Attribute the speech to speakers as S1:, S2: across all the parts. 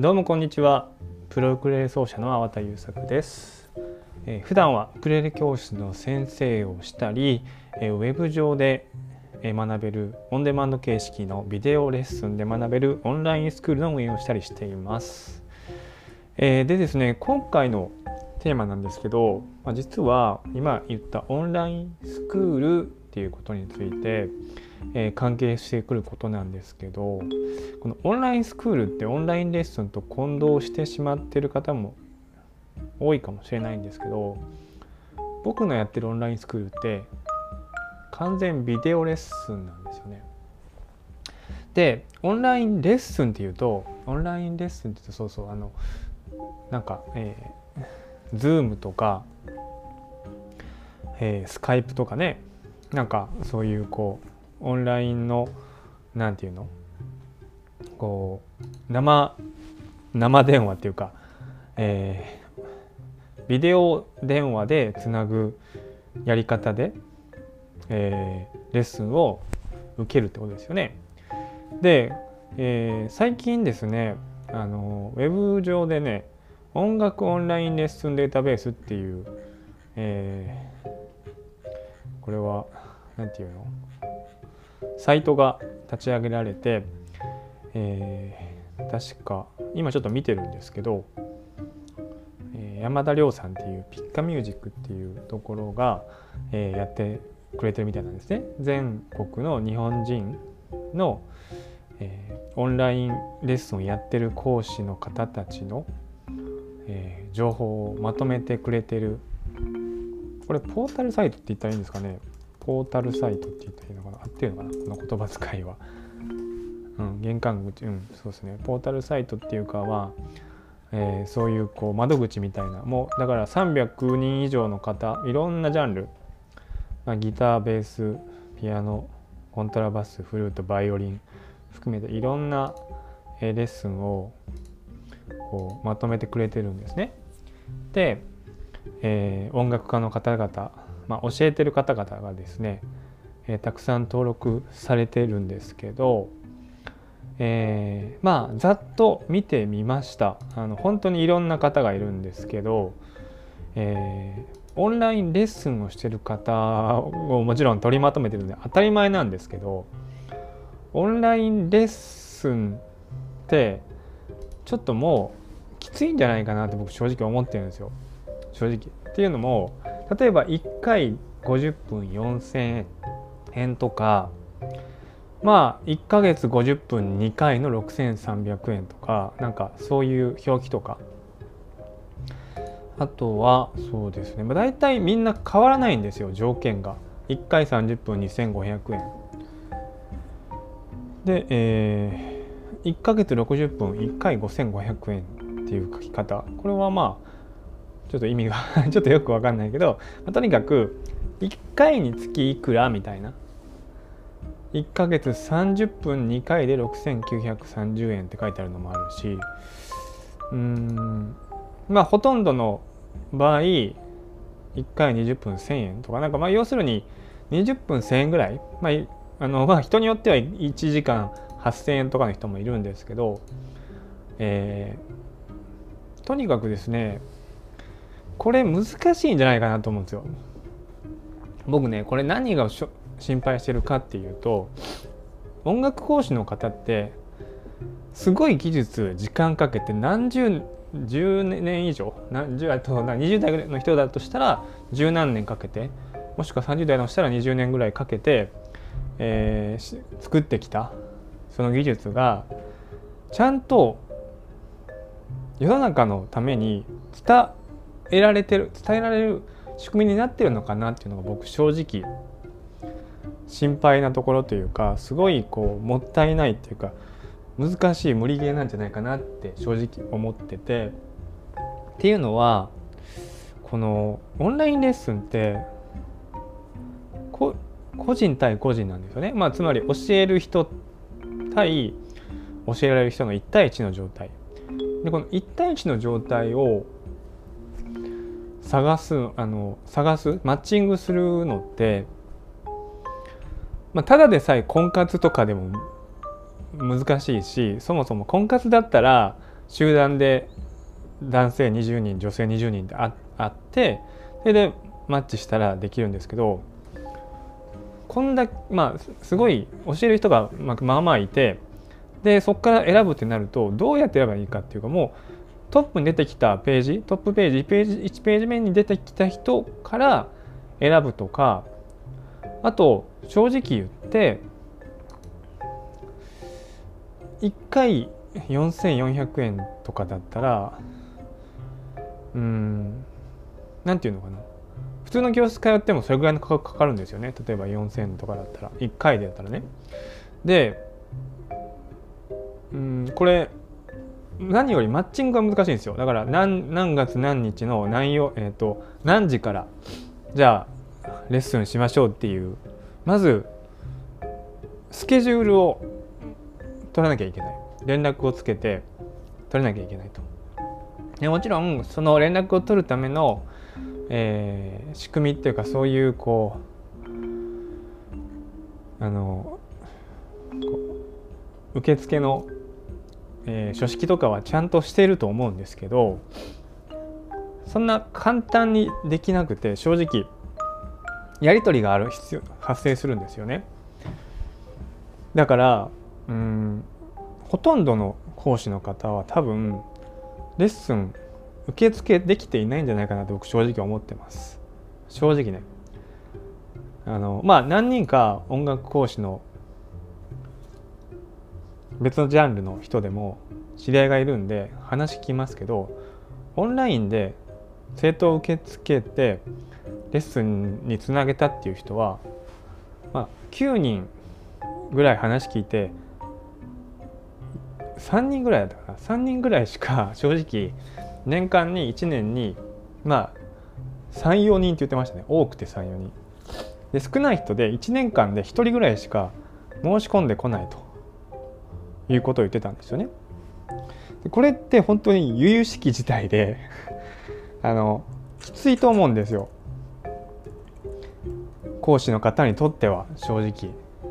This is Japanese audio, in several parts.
S1: どうもこんにちは。プロウクレレ奏者の粟田優作です。普段はウクレレ教室の先生をしたり、ウェブ上で学べるオンデマンド形式のビデオレッスンで学べるオンラインスクールの運営をしたりしています。でですね、今回のテーマなんですけど、実は今言ったオンラインスクールっていうことについて、関係してくることなんですけど、このオンラインスクールってオンラインレッスンと混同してしまっている方も多いかもしれないんですけど、僕のやってるオンラインスクールって完全ビデオレッスンなんですよね。で、オンラインレッスンっていうとZoom とか、スカイプとかね、そういうオンラインの生電話っていうか、ビデオ電話でつなぐやり方で、レッスンを受けるってことですよね。で、最近ですね、ウェブ上でね、音楽オンラインレッスンデータベースっていう、これはサイトが立ち上げられて、確か今ちょっと見てるんですけど、山田亮さんっていうピッカミュージックっていうところが、やってくれてるみたいなんですね。全国の日本人の、オンラインレッスンをやってる講師の方たちの、情報をまとめてくれてる、これポータルサイトって言ったらいいんですかね。ポータルサイトって言ったらいいのかな、合ってるのかな、この言葉遣いは。玄関口、そうですね。ポータルサイトっていうかは、そういう窓口みたいな、もうだから300人以上の方、いろんなジャンル、ギター、ベース、ピアノ、コントラバス、フルート、バイオリン含めていろんなレッスンをまとめてくれてるんですね。で、音楽家の方々、教えてる方々がですね、たくさん登録されてるんですけど、ざっと見てみました。本当にいろんな方がいるんですけど、オンラインレッスンをしてる方をもちろん取りまとめてるので当たり前なんですけど、オンラインレッスンってちょっともうきついんじゃないかなって僕正直思ってるんですよ。正直っていうのも、例えば1回50分4000円とか、1ヶ月50分2回の6300円とか、そういう表記とか、あとはそうですね、大体みんな変わらないんですよ、条件が。1回30分2500円で、1ヶ月60分1回5500円っていう書き方、これはちょっと意味がちょっとよく分かんないけど、とにかく1回につきいくらみたいな、1ヶ月30分2回で6930円って書いてあるのもあるし、ほとんどの場合1回20分1000円とか、要するに20分1000円ぐらい、人によっては1時間8000円とかの人もいるんですけど、とにかくですね、これ難しいんじゃないかなと思うんですよ。僕ね、これ何が心配してるかっていうと、音楽講師の方ってすごい技術時間かけて10年以上20代の人だとしたら十何年かけて、もしくは30代の人したら20年ぐらいかけて、作ってきたその技術がちゃんと世の中のために伝えられる仕組みになってるのかなっていうのが僕正直心配なところというか、すごいもったいないっていうか、難しい無理ゲーなんじゃないかなって正直思ってて、っていうのは、このオンラインレッスンって個人対個人なんですよね。つまり教える人対教えられる人の1対1の状態で、この1対1の状態を探すマッチングするのって、ただでさえ婚活とかでも難しいし、そもそも婚活だったら集団で男性20人女性20人で会ってそれでマッチしたらできるんですけど、こんだけすごい教える人がまあまあいて、でそこから選ぶってなるとどうやって選べばいいかっていうか、もうトップに出てきたページ、トップページ1ページ目に出てきた人から選ぶとか、あと正直言って1回4400円とかだったらなんていうのかな、普通の教室通ってもそれぐらいの価格かかるんですよね。例えば4000とかだったら1回でやったらね。でこれ何よりマッチングが難しいんですよ。だから何月何日の何時からじゃあレッスンしましょうっていう、まずスケジュールを取らなきゃいけない、連絡をつけて取れなきゃいけないと。でもちろんその連絡を取るための、仕組みっていうか、そういう受付の、書式とかはちゃんとしていると思うんですけど、そんな簡単にできなくて、正直やり取りが発生するんですよね。だからほとんどの講師の方は多分レッスン受付できていないんじゃないかなと僕正直思ってます。正直ね、何人か音楽講師の別のジャンルの人でも知り合いがいるんで話聞きますけど、オンラインで生徒を受け付けてレッスンにつなげたっていう人は、9人ぐらい話聞いて3人ぐらいだったかな、3人ぐらいしか正直年間に1年に3、4人って言ってましたね。多くて3、4人で、少ない人で1年間で1人ぐらいしか申し込んでこないということを言ってたんですよね。でこれって本当に由々しき事態できついと思うんですよ、講師の方にとっては。正直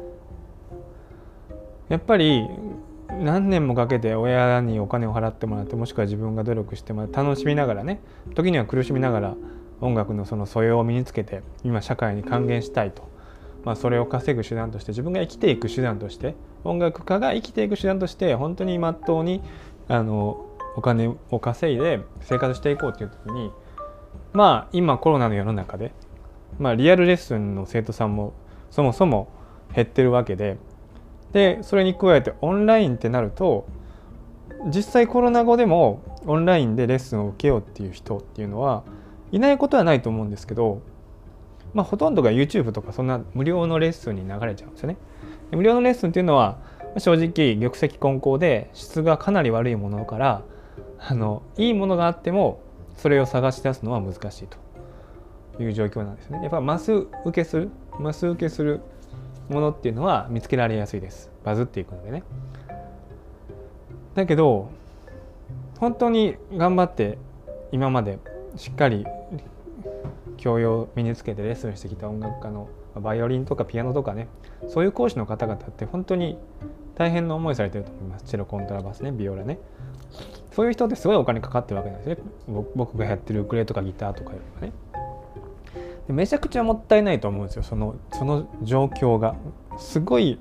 S1: やっぱり何年もかけて親にお金を払ってもらって、もしくは自分が努力してもらって、楽しみながらね、時には苦しみながら音楽のその素養を身につけて今社会に還元したいと、それを稼ぐ手段として、自分が生きていく手段として、音楽家が生きていく手段として本当にまっとうにお金を稼いで生活していこうという時に、今コロナの世の中で、リアルレッスンの生徒さんもそもそも減ってるわけで、それに加えてオンラインってなると、実際コロナ後でもオンラインでレッスンを受けようっていう人っていうのはいないことはないと思うんですけど、ほとんどが YouTube とかそんな無料のレッスンに流れちゃうんですよね。無料のレッスンっていうのは正直玉石混交で質がかなり悪いものから、いいものがあってもそれを探し出すのは難しいという状況なんですね。やっぱマス受けするものっていうのは見つけられやすいです。バズっていくのでね。だけど本当に頑張って今までしっかり教養を身につけてレッスンしてきた音楽家のバイオリンとかピアノとかね、そういう講師の方々って本当に大変な思いされてると思います。チェロ、コントラバスね、ビオラね、そういう人ってすごいお金かかってるわけなんですね。僕がやってるウクレレとかギターとかよりはね。でめちゃくちゃもったいないと思うんですよ。その状況がすごい、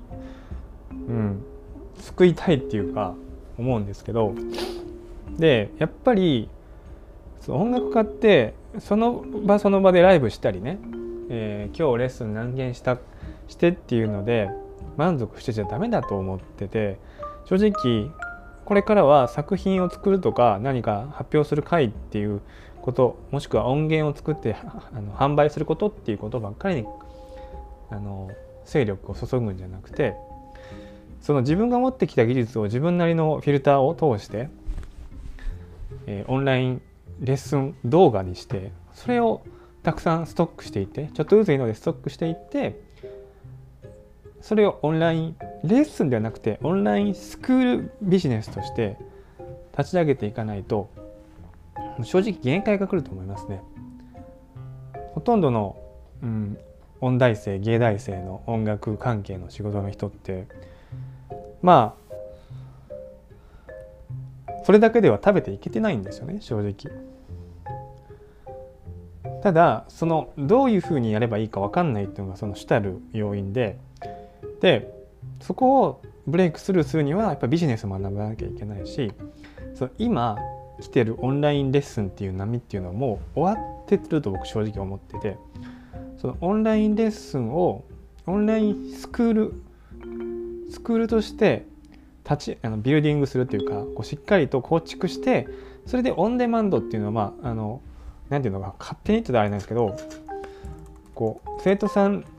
S1: 救いたいっていうか思うんですけど、でやっぱり音楽家ってその場でライブしたりね、今日レッスン何件してっていうので満足してちゃダメだと思ってて、正直これからは作品を作るとか何か発表する会っていうこと、もしくは音源を作って販売することっていうことばっかりに精力を注ぐんじゃなくて、その自分が持ってきた技術を自分なりのフィルターを通して、オンラインレッスン動画にして、それをたくさんストックしていって、ちょっとずついいのでストックしていって、それをオンラインレッスンではなくてオンラインスクールビジネスとして立ち上げていかないと正直限界が来ると思いますね。ほとんどの、音大生芸大生の音楽関係の仕事の人ってそれだけでは食べていけてないんですよね、正直。ただそのどういうふうにやればいいか分かんないっていうのがその主たる要因で、そこをブレイクスルーするにはやっぱビジネスを学ばなきゃいけないし、その今来てるオンラインレッスンっていう波っていうのはもう終わってると僕正直思ってて、そのオンラインレッスンをオンラインスクールとしてビルディングするというか、こうしっかりと構築して、それでオンデマンドっていうのはなんていうのか勝手に言ってたらあれなんですけど、こう生徒さん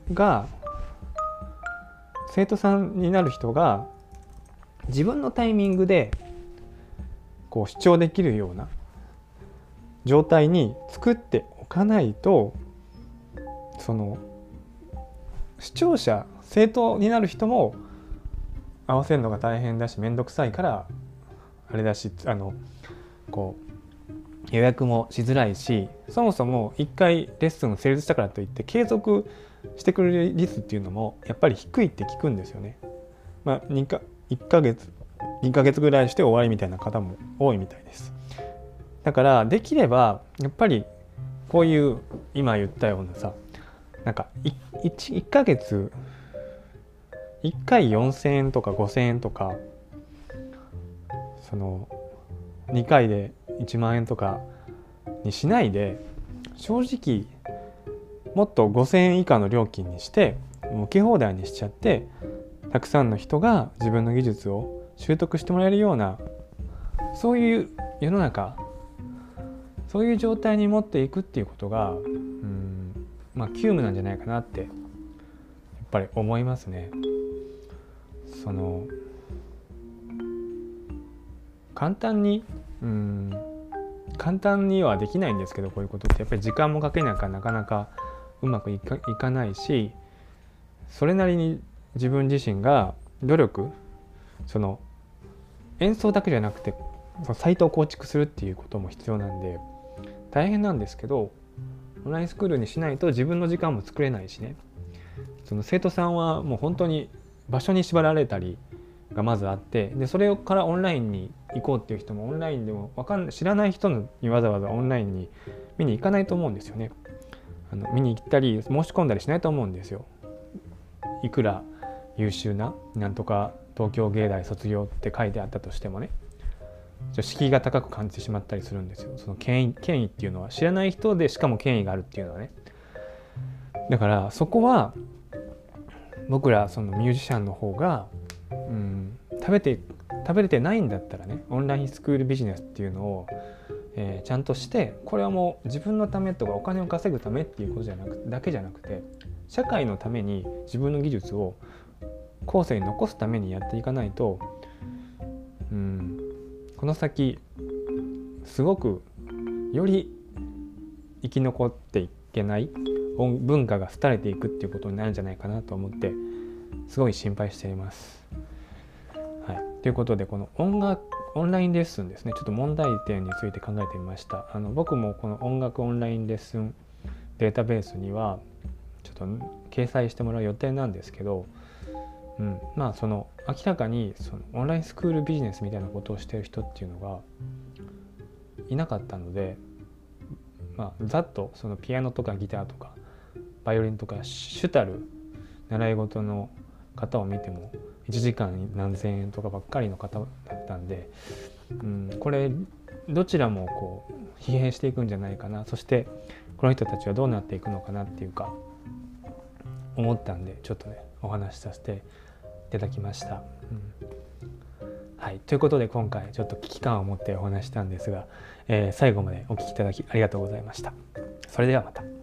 S1: になる人が自分のタイミングでこう視聴できるような状態に作っておかないと、その視聴者生徒になる人も合わせるのが大変だしめんどくさいからあれだし、こう予約もしづらいし、そもそも1回レッスンを成立したからといって継続してくれる率っていうのもやっぱり低いって聞くんですよね。1ヶ月2ヶ月ぐらいして終わりみたいな方も多いみたいです。だからできればやっぱりこういう今言ったようなさ、なんか 1ヶ月1回4000円とか5000円とか、その2回で1万円とかにしないで、正直もっと5000円以下の料金にして受け放題にしちゃって、たくさんの人が自分の技術を習得してもらえるような、そういう世の中、そういう状態に持っていくっていうことが急務なんじゃないかなってやっぱり思いますね。簡単にはできないんですけど、こういうことってやっぱり時間もかけなきゃなかなかうまくいかないし、それなりに自分自身が努力、その演奏だけじゃなくてサイトを構築するっていうことも必要なんで大変なんですけど、オンラインスクールにしないと自分の時間も作れないしね、その生徒さんはもう本当に場所に縛られたりがまずあって、でそれからオンラインに行こうっていう人もオンラインでも知らない人にわざわざオンラインに見に行かないと思うんですよね。見に行ったり申し込んだりしないと思うんですよ。いくら優秀ななんとか東京芸大卒業って書いてあったとしてもね、敷居が高く感じてしまったりするんですよ。その権威っていうのは知らない人でしかも権威があるっていうのはね。だからそこは僕らそのミュージシャンの方が食べれてないんだったらね、オンラインスクールビジネスっていうのを、ちゃんとして、これはもう自分のためとかお金を稼ぐためっていうことだけじゃなくて、社会のために自分の技術を後世に残すためにやっていかないと、この先すごくより生き残っていけない文化が廃れていくっていうことになるんじゃないかなと思って、すごい心配しています。はい、ということでこのオンラインレッスンですね、ちょっと問題点について考えてみました。僕もこの音楽オンラインレッスンデータベースにはちょっと掲載してもらう予定なんですけど、その明らかにそのオンラインスクールビジネスみたいなことをしている人っていうのがいなかったので、ざっとそのピアノとかギターとかバイオリンとか主たる習い事の方を見ても1時間に何千円とかばっかりの方だったんで、これどちらもこう疲弊していくんじゃないかな、そしてこの人たちはどうなっていくのかなっていうか思ったんで、ちょっとねお話しさせていただきました。はい、ということで今回ちょっと危機感を持ってお話したんですが、最後までお聞きいただきありがとうございました。それではまた。